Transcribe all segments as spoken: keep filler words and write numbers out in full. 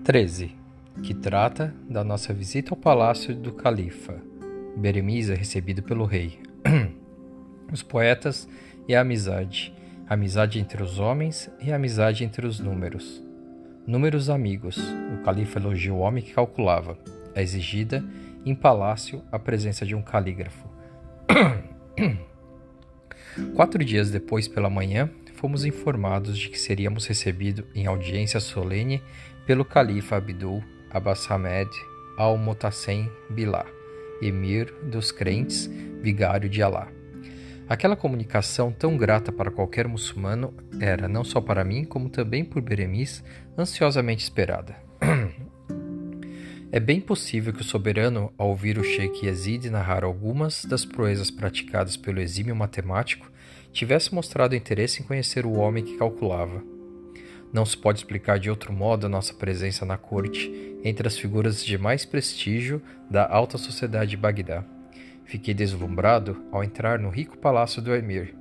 treze, que trata da nossa visita ao palácio do califa. Beremiz é recebido pelo rei. Os poetas e a amizade. Amizade entre os homens e amizade entre os números. Números amigos. O califa elogia o homem que calculava. É exigida em palácio a presença de um calígrafo. Quatro dias depois, pela manhã, fomos informados de que seríamos recebidos em audiência solene pelo califa Abdul Abbas Ahmed al-Motassem Billah, emir dos crentes, vigário de Alá. Aquela comunicação tão grata para qualquer muçulmano era, não só para mim, como também por Beremiz, ansiosamente esperada. É bem possível que o soberano, ao ouvir o Sheikh Yazid narrar algumas das proezas praticadas pelo exímio matemático, tivesse mostrado interesse em conhecer o homem que calculava. Não se pode explicar de outro modo a nossa presença na corte, entre as figuras de mais prestígio da alta sociedade de Bagdá. Fiquei deslumbrado ao entrar no rico palácio do emir.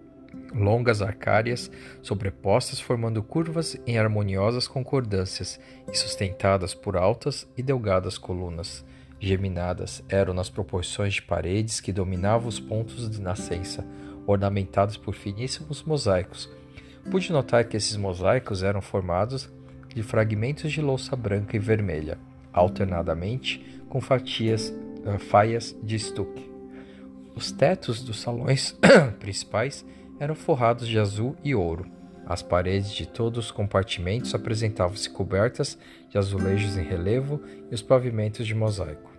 Longas arcárias sobrepostas formando curvas em harmoniosas concordâncias e sustentadas por altas e delgadas colunas. Geminadas eram nas proporções de paredes que dominavam os pontos de nascença, ornamentados por finíssimos mosaicos. Pude notar que esses mosaicos eram formados de fragmentos de louça branca e vermelha, alternadamente com fatias, uh, faias de estuque. Os tetos dos salões principais eram forrados de azul e ouro. As paredes de todos os compartimentos apresentavam-se cobertas de azulejos em relevo e os pavimentos de mosaico.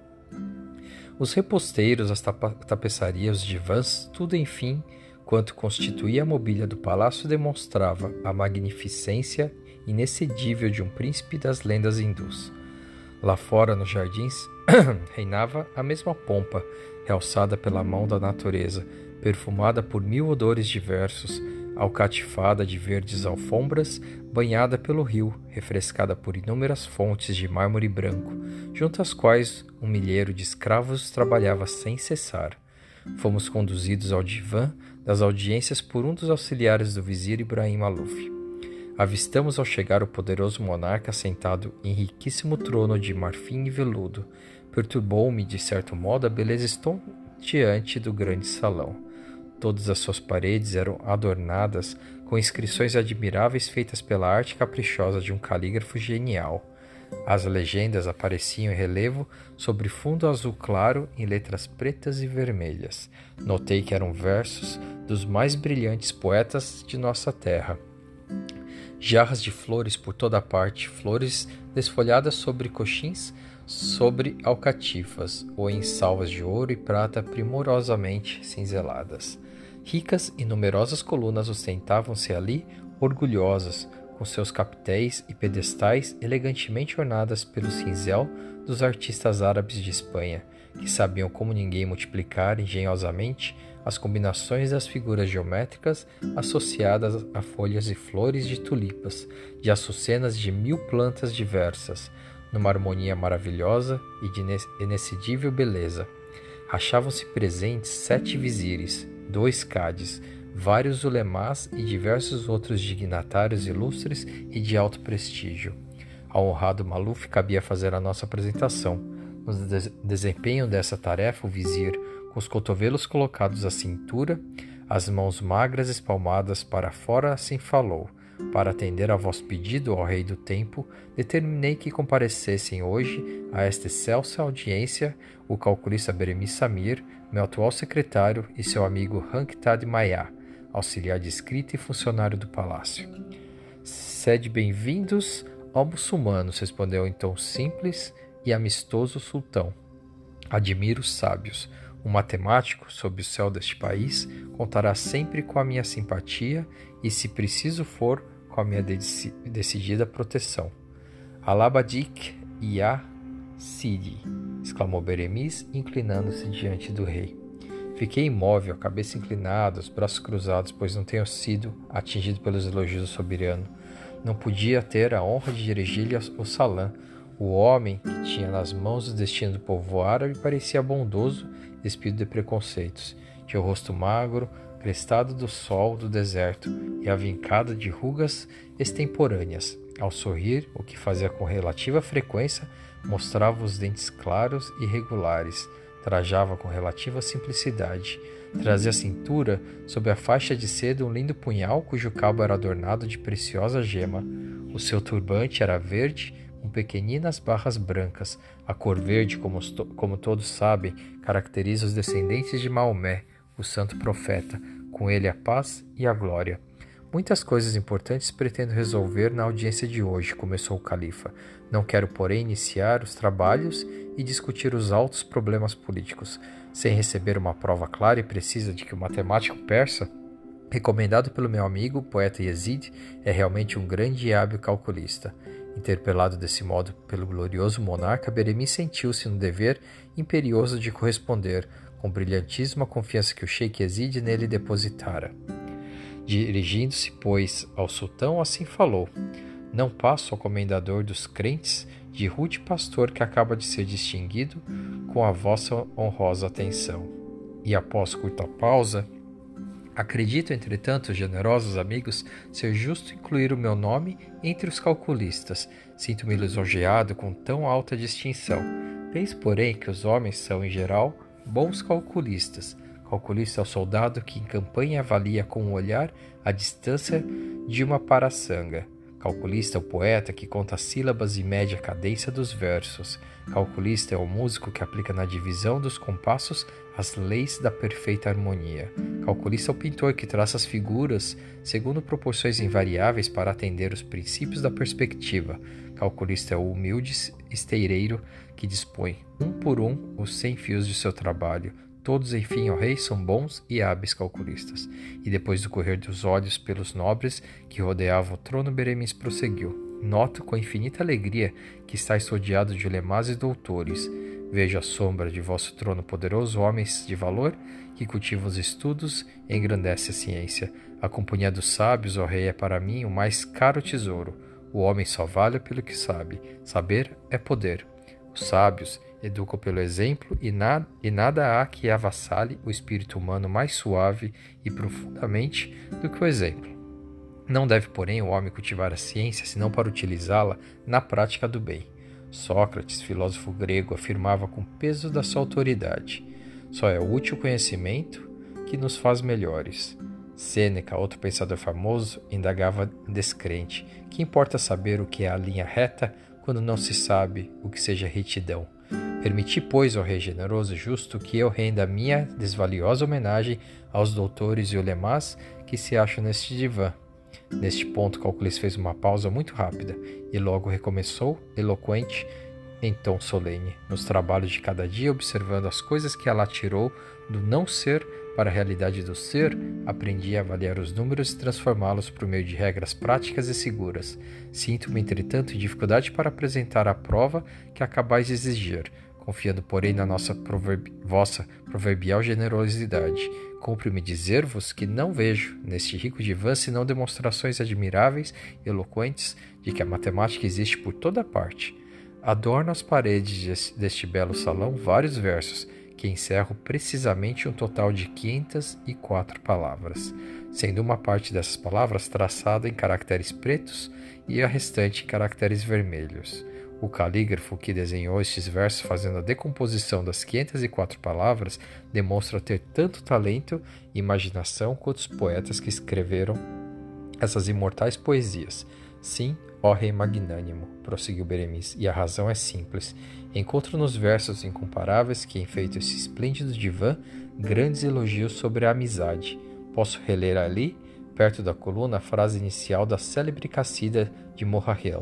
Os reposteiros, as tapa- tapeçarias, os divãs, tudo enfim, quanto constituía a mobília do palácio, demonstrava a magnificência inexcedível de um príncipe das lendas hindus. Lá fora, nos jardins, reinava a mesma pompa, realçada pela mão da natureza, perfumada por mil odores diversos, alcatifada de verdes alfombras, banhada pelo rio, refrescada por inúmeras fontes de mármore branco, junto às quais um milheiro de escravos trabalhava sem cessar. Fomos conduzidos ao divã das audiências por um dos auxiliares do vizir Ibrahim Maluf. Avistamos ao chegar o poderoso monarca sentado em riquíssimo trono de marfim e veludo. Perturbou-me, de certo modo, a beleza estonteante do grande salão. Todas as suas paredes eram adornadas com inscrições admiráveis feitas pela arte caprichosa de um calígrafo genial. As legendas apareciam em relevo sobre fundo azul claro em letras pretas e vermelhas. Notei que eram versos dos mais brilhantes poetas de nossa terra. Jarras de flores por toda parte, flores desfolhadas sobre coxins, sobre alcatifas, ou em salvas de ouro e prata primorosamente cinzeladas. Ricas e numerosas colunas ostentavam-se ali, orgulhosas, com seus capitéis e pedestais elegantemente ornadas pelo cinzel dos artistas árabes de Espanha, que sabiam como ninguém multiplicar engenhosamente as combinações das figuras geométricas associadas a folhas e flores de tulipas, de açucenas de mil plantas diversas, numa harmonia maravilhosa e de inexcedível beleza. Achavam-se presentes sete vizires, dois cades, vários ulemás e diversos outros dignatários ilustres e de alto prestígio. Ao honrado Maluf cabia fazer a nossa apresentação. No des- desempenho dessa tarefa, o vizir, com os cotovelos colocados à cintura, as mãos magras espalmadas para fora, assim falou: para atender a vosso pedido, ó rei do tempo, determinei que comparecessem hoje a esta excelsa audiência o calculista Beremiz Samir, meu atual secretário, e seu amigo Hanktad Maya, auxiliar de escrita e funcionário do palácio. Sede bem-vindos ao muçulmanos, respondeu em tom simples e amistoso o sultão. Admiro os sábios. Um matemático, sob o céu deste país, contará sempre com a minha simpatia e, se preciso for, com a minha dec- decidida proteção. Alabadik Ya Sidi, exclamou Beremiz, inclinando-se diante do rei. Fiquei imóvel, a cabeça inclinada, os braços cruzados, pois não tenho sido atingido pelos elogios do soberano. Não podia ter a honra de dirigir-lhe o salão. O homem que tinha nas mãos o destino do povo árabe parecia bondoso, despido de preconceitos. Tinha o rosto magro, crestado do sol do deserto e avincado de rugas extemporâneas. Ao sorrir, o que fazia com relativa frequência, mostrava os dentes claros e regulares, trajava com relativa simplicidade. Trazia à cintura, sob a faixa de seda, um lindo punhal cujo cabo era adornado de preciosa gema. O seu turbante era verde, com pequeninas barras brancas. A cor verde, como, to como todos sabem, caracteriza os descendentes de Maomé, o santo profeta, com ele a paz e a glória. Muitas coisas importantes pretendo resolver na audiência de hoje, começou o califa. Não quero, porém, iniciar os trabalhos e discutir os altos problemas políticos, sem receber uma prova clara e precisa de que o matemático persa, recomendado pelo meu amigo, o poeta Yazid, é realmente um grande e hábil calculista. Interpelado desse modo pelo glorioso monarca, Beremi sentiu-se no dever imperioso de corresponder, com brilhantismo, a confiança que o Sheik Yazid nele depositara. Dirigindo-se, pois, ao sultão, assim falou: não passo ao comendador dos crentes de rude pastor que acaba de ser distinguido com a vossa honrosa atenção. E após curta pausa, acredito, entretanto, generosos amigos, ser justo incluir o meu nome entre os calculistas. Sinto-me lisonjeado com tão alta distinção. Penso, porém, que os homens são, em geral, bons calculistas. Calculista é o soldado que em campanha avalia com o olhar a distância de uma paraçanga. Calculista é o poeta que conta as sílabas e mede a cadência dos versos. Calculista é o músico que aplica na divisão dos compassos as leis da perfeita harmonia. Calculista é o pintor que traça as figuras segundo proporções invariáveis para atender os princípios da perspectiva. Calculista é o humilde esteireiro que dispõe, um por um, os cem fios de seu trabalho. Todos, enfim, ó rei, são bons e hábeis calculistas. E depois do correr dos olhos pelos nobres que rodeavam o trono, Beremiz prosseguiu: noto com infinita alegria que estáis rodeado de ulemás e doutores. Vejo à sombra de vosso trono poderoso homens de valor que cultivam os estudos e engrandecem a ciência. A companhia dos sábios, ó rei, é para mim o mais caro tesouro. O homem só vale pelo que sabe. Saber é poder. Os sábios educam pelo exemplo e, na, e nada há que avassale o espírito humano mais suave e profundamente do que o exemplo. Não deve, porém, o homem cultivar a ciência senão para utilizá-la na prática do bem. Sócrates, filósofo grego, afirmava com peso da sua autoridade: só é útil o conhecimento que nos faz melhores. Sêneca, outro pensador famoso, indagava descrente: que importa saber o que é a linha reta quando não se sabe o que seja retidão? Permiti, pois, ó rei generoso e justo, que eu renda minha desvaliosa homenagem aos doutores e ulemás que se acham neste divã. Neste ponto, Calculista fez uma pausa muito rápida e logo recomeçou, eloquente, em tom solene, nos trabalhos de cada dia, observando as coisas que ela tirou do não ser para a realidade do ser, aprendi a avaliar os números e transformá-los por meio de regras práticas e seguras. Sinto-me, entretanto, em dificuldade para apresentar a prova que acabais de exigir, confiando, porém, na nossa proverbi- vossa proverbial generosidade. Cumpre-me dizer-vos que não vejo, neste rico divã, senão demonstrações admiráveis e eloquentes de que a matemática existe por toda parte. Adorno as paredes deste belo salão vários versos, que encerram precisamente um total de quinhentas e quatro palavras, sendo uma parte dessas palavras traçada em caracteres pretos e a restante em caracteres vermelhos. O calígrafo que desenhou estes versos fazendo a decomposição das quinhentas e quatro palavras demonstra ter tanto talento e imaginação quanto os poetas que escreveram essas imortais poesias. Sim, ó rei magnânimo, prosseguiu Beremiz, e a razão é simples. Encontro nos versos incomparáveis que enfeitam esse esplêndido divã grandes elogios sobre a amizade. Posso reler ali, perto da coluna, a frase inicial da célebre Cassida de Morrahel: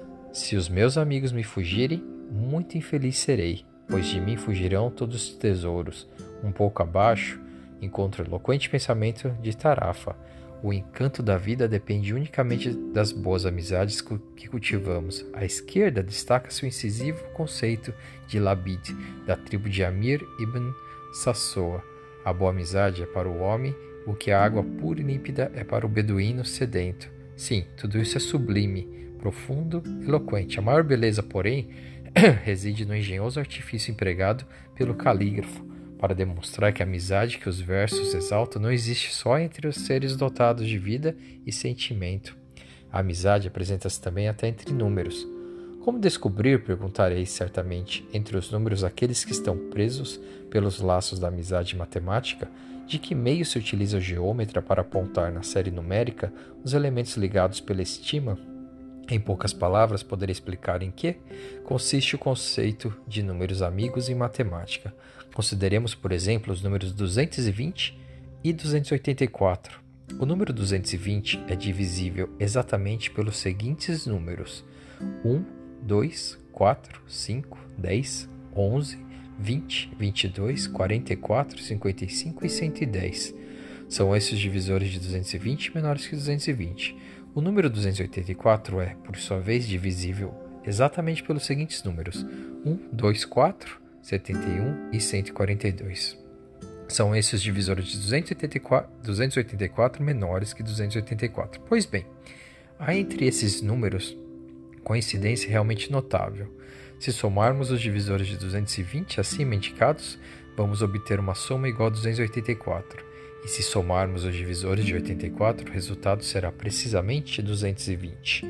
se os meus amigos me fugirem, muito infeliz serei, pois de mim fugirão todos os tesouros. Um pouco abaixo, encontro o eloquente pensamento de Tarafa: o encanto da vida depende unicamente das boas amizades que cultivamos. À esquerda destaca-se o incisivo conceito de Labid, da tribo de Amir ibn Sassoa: a boa amizade é para o homem o que a água pura e límpida é para o beduíno sedento. Sim, tudo isso é sublime, profundo, eloquente. A maior beleza, porém, reside no engenhoso artifício empregado pelo calígrafo para demonstrar que a amizade que os versos exaltam não existe só entre os seres dotados de vida e sentimento. A amizade apresenta-se também até entre números. Como descobrir, perguntareis certamente, entre os números aqueles que estão presos pelos laços da amizade matemática? De que meio se utiliza o geômetra para apontar na série numérica os elementos ligados pela estima? Em poucas palavras, poderia explicar em que consiste o conceito de números amigos em matemática. Consideremos, por exemplo, os números duzentos e vinte e duzentos e oitenta e quatro. O número duzentos e vinte é divisível exatamente pelos seguintes números: um, dois, quatro, cinco, dez, onze, vinte, vinte e dois, quarenta e quatro, cinquenta e cinco e cento e dez. São esses divisores de duzentos e vinte menores que duzentos e vinte. O número duzentos e oitenta e quatro é, por sua vez, divisível exatamente pelos seguintes números: um, dois, quatro, setenta e um e cento e quarenta e dois. São esses os divisores de duzentos e oitenta e quatro, duzentos e oitenta e quatro menores que duzentos e oitenta e quatro. Pois bem, há entre esses números coincidência realmente notável. Se somarmos os divisores de duzentos e vinte acima indicados, vamos obter uma soma igual a duzentos e oitenta e quatro. E se somarmos os divisores de oitenta e quatro, o resultado será precisamente duzentos e vinte.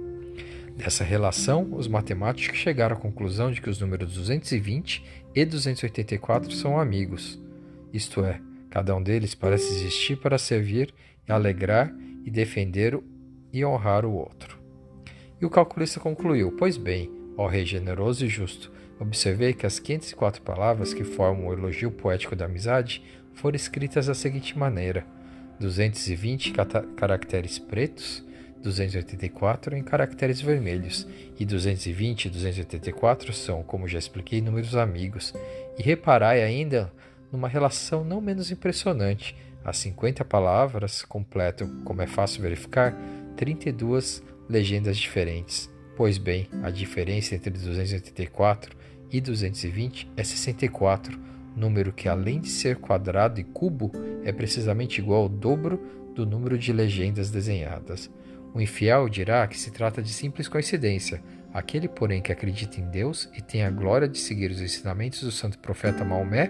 Dessa relação, os matemáticos chegaram à conclusão de que os números duzentos e vinte e duzentos e oitenta e quatro são amigos. Isto é, cada um deles parece existir para servir, alegrar e defender e honrar o outro. E o calculista concluiu: pois bem, ó Rei generoso e justo, observei que as quinhentas e quatro palavras que formam o elogio poético da amizade foram escritas da seguinte maneira: duzentos e vinte caracteres pretos, duzentos e oitenta e quatro em caracteres vermelhos, e duzentos e vinte e duzentos e oitenta e quatro são, como já expliquei, números amigos. E reparai ainda numa relação não menos impressionante: as cinquenta palavras completam, como é fácil verificar, trinta e duas legendas diferentes. Pois bem, a diferença entre duzentos e oitenta e quatro e duzentos e vinte é sessenta e quatro, número que, além de ser quadrado e cubo, é precisamente igual ao dobro do número de legendas desenhadas. O infiel dirá que se trata de simples coincidência. Aquele, porém, que acredita em Deus e tem a glória de seguir os ensinamentos do santo profeta Maomé,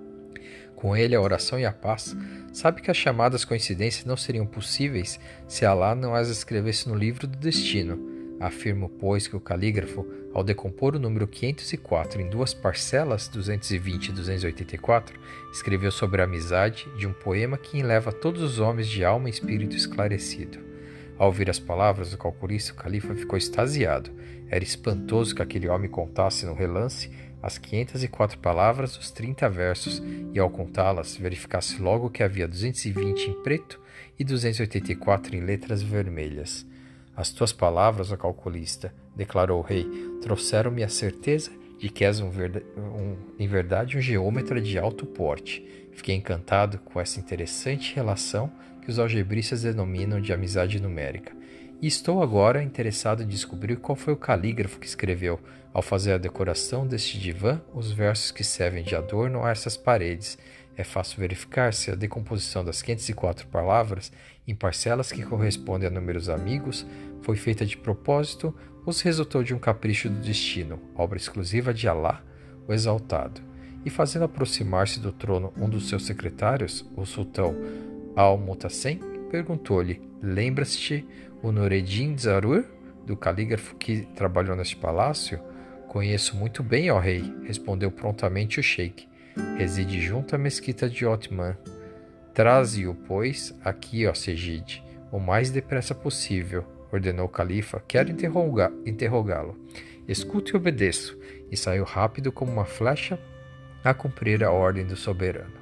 com ele a oração e a paz, sabe que as chamadas coincidências não seriam possíveis se Alá não as escrevesse no livro do destino. Afirmo, pois, que o calígrafo, ao decompor o número quinhentos e quatro em duas parcelas, duzentos e vinte e duzentos e oitenta e quatro, escreveu sobre a amizade de um poema que enleva todos os homens de alma e espírito esclarecido. Ao ouvir as palavras do calculista, o califa ficou extasiado. Era espantoso que aquele homem contasse no relance as quinhentas e quatro palavras dos trinta versos e, ao contá-las, verificasse logo que havia duzentos e vinte em preto e duzentos e oitenta e quatro em letras vermelhas. As tuas palavras, ó calculista, declarou o rei, trouxeram-me a certeza de que és um verda- um, em verdade um geômetra de alto porte. Fiquei encantado com essa interessante relação que os algebristas denominam de amizade numérica. E estou agora interessado em descobrir qual foi o calígrafo que escreveu, ao fazer a decoração deste divã, os versos que servem de adorno a essas paredes. É fácil verificar se a decomposição das quinhentas e quatro palavras em parcelas que correspondem a números amigos foi feita de propósito ou se resultou de um capricho do destino, obra exclusiva de Alá, o Exaltado. E fazendo aproximar-se do trono um dos seus secretários, o sultão Al-Mutassem, perguntou-lhe: lembras-te o Nureddin Zarur, do calígrafo que trabalhou neste palácio? Conheço muito bem, ó rei, respondeu prontamente o sheik. Reside junto à mesquita de Otman. Traze-o, pois, aqui, ó Segide, o mais depressa possível, ordenou o califa. Quero interroga- interrogá-lo. Escuto e obedeço. E saiu rápido como uma flecha a cumprir a ordem do soberano.